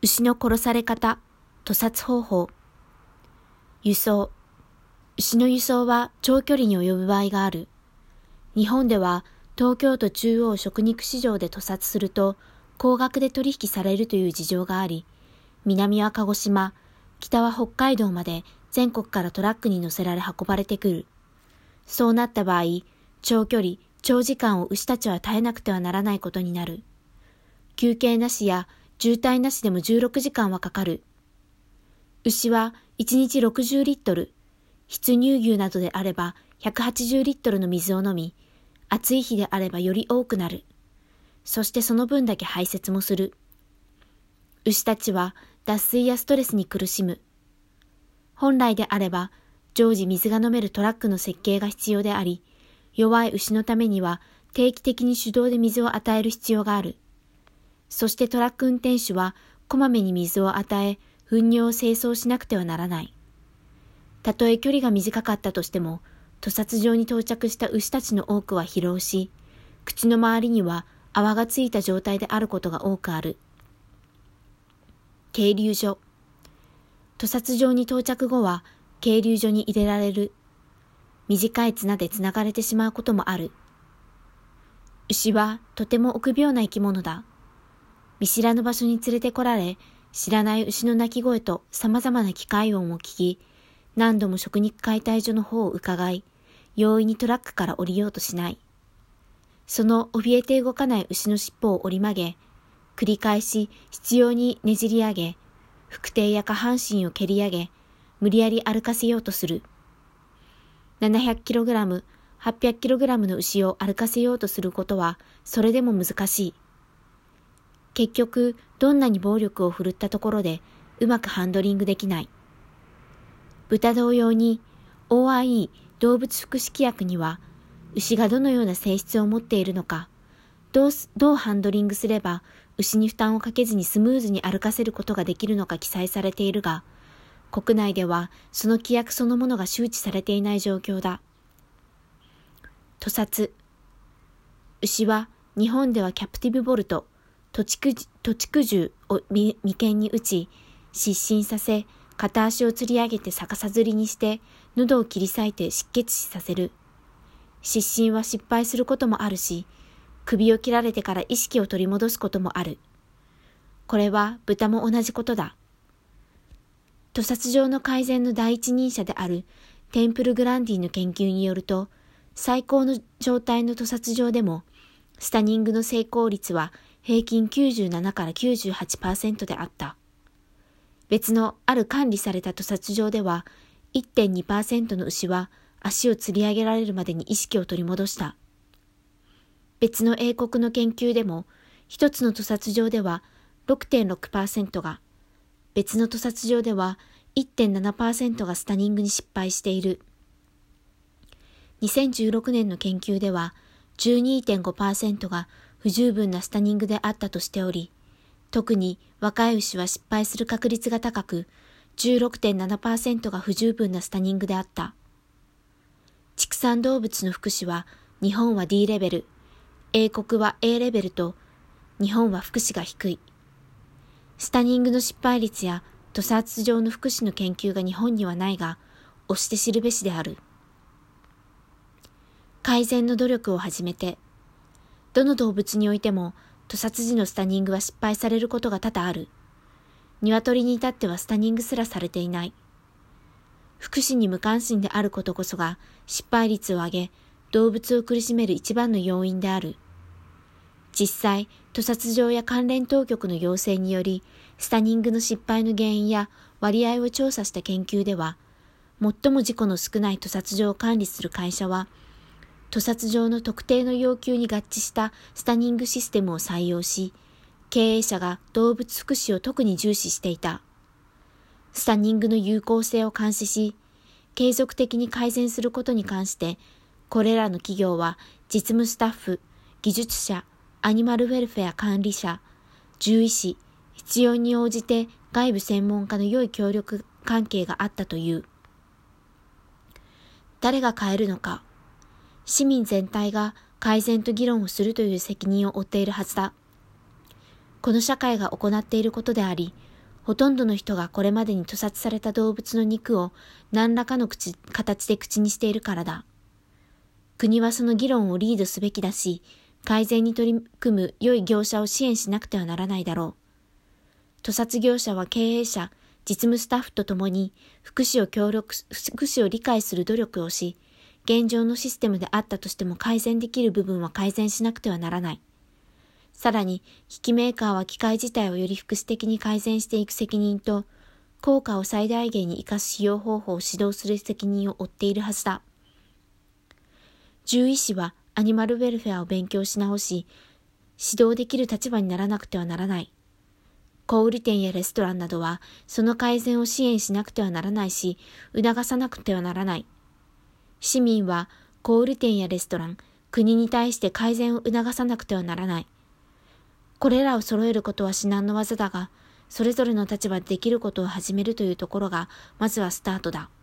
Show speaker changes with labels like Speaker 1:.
Speaker 1: 牛の殺され方、屠殺方法。輸送。牛の輸送は長距離に及ぶ場合がある。日本では東京都中央食肉市場で屠殺すると高額で取引されるという事情があり、南は鹿児島、北は北海道まで全国からトラックに乗せられ運ばれてくる。そうなった場合、長距離、長時間を牛たちは耐えなくてはならないことになる。休憩なしや渋滞なしでも16時間はかかる。牛は1日60リットル、出乳牛などであれば180リットルの水を飲み、暑い日であればより多くなる。そしてその分だけ排泄もする。牛たちは脱水やストレスに苦しむ。本来であれば常時水が飲めるトラックの設計が必要であり、弱い牛のためには定期的に手動で水を与える必要がある。そしてトラック運転手はこまめに水を与え、糞尿を清掃しなくてはならない。たとえ距離が短かったとしても、屠殺場に到着した牛たちの多くは疲労し、口の周りには泡がついた状態であることが多くある。係留所。屠殺場に到着後は、係留所に入れられる。短い綱でつながれてしまうこともある。牛はとても臆病な生き物だ。見知らぬ場所に連れてこられ、知らない牛の鳴き声と様々な機械音を聞き、何度も食肉解体所の方を伺い、容易にトラックから降りようとしない。その怯えて動かない牛の尻尾を折り曲げ、繰り返し執拗にねじり上げ、腹底や下半身を蹴り上げ、無理やり歩かせようとする。700kg、800kg の牛を歩かせようとすることは、それでも難しい。結局、どんなに暴力を振るったところで、うまくハンドリングできない。豚同様に、OIE 動物福祉規約には、牛がどのような性質を持っているのか、どうハンドリングすれば、牛に負担をかけずにスムーズに歩かせることができるのか記載されているが、国内ではその規約そのものが周知されていない状況だ。屠殺。牛は日本ではキャプティブボルト、土畜銃を眉間に撃ち、失神させ、片足を吊り上げて逆さ吊りにして、喉を切り裂いて失血死させる。失神は失敗することもあるし、首を切られてから意識を取り戻すこともある。これは豚も同じことだ。屠殺場の改善の第一人者であるテンプル・グランディの研究によると、最高の状態の屠殺場でも、スタニングの成功率は平均97から 98% であった。別のある管理された屠殺場では 1.2% の牛は足を吊り上げられるまでに意識を取り戻した。別の英国の研究でも一つの屠殺場では 6.6% が、別の屠殺場では 1.7% がスタニングに失敗している。2016年の研究では 12.5% が不十分なスタニングであったとしており、特に若い牛は失敗する確率が高く、16.7% が不十分なスタニングであった。畜産動物の福祉は、日本は D レベル、英国は A レベルと、日本は福祉が低い。スタニングの失敗率や屠殺場の福祉の研究が日本にはないが、押して知るべしである。改善の努力を始めて、どの動物においても屠殺時のスタニングは失敗されることが多々ある。鶏に至ってはスタニングすらされていない。福祉に無関心であることこそが失敗率を上げ、動物を苦しめる一番の要因である。実際、屠殺場や関連当局の要請により、スタニングの失敗の原因や割合を調査した研究では、最も事故の少ない屠殺場を管理する会社は、屠殺場の特定の要求に合致したスタニングシステムを採用し、経営者が動物福祉を特に重視していた。スタニングの有効性を監視し、継続的に改善することに関して、これらの企業は実務スタッフ、技術者、アニマルウェルフェア管理者、獣医師、必要に応じて外部専門家の良い協力関係があったという。誰が変えるのか。市民全体が改善と議論をするという責任を負っているはずだ。この社会が行っていることであり、 ほとんどの人がこれまでに屠殺された動物の肉を何らかの形で口にしているからだ。国はその議論をリードすべきだし、改善に取り組む良い業者を支援しなくてはならないだろう。屠殺業者は経営者、実務スタッフとともに福祉を理解する努力をし、現状のシステムであったとしても改善できる部分は改善しなくてはならない。さらに、機器メーカーは機械自体をより福祉的に改善していく責任と、効果を最大限に生かす使用方法を指導する責任を負っているはずだ。獣医師はアニマルウェルフェアを勉強し直し、指導できる立場にならなくてはならない。小売店やレストランなどは、その改善を支援しなくてはならないし、促さなくてはならない。市民は小売店やレストラン、国に対して改善を促さなくてはならない。これらを揃えることは至難の業だが、それぞれの立場でできることを始めるというところが、まずはスタートだ。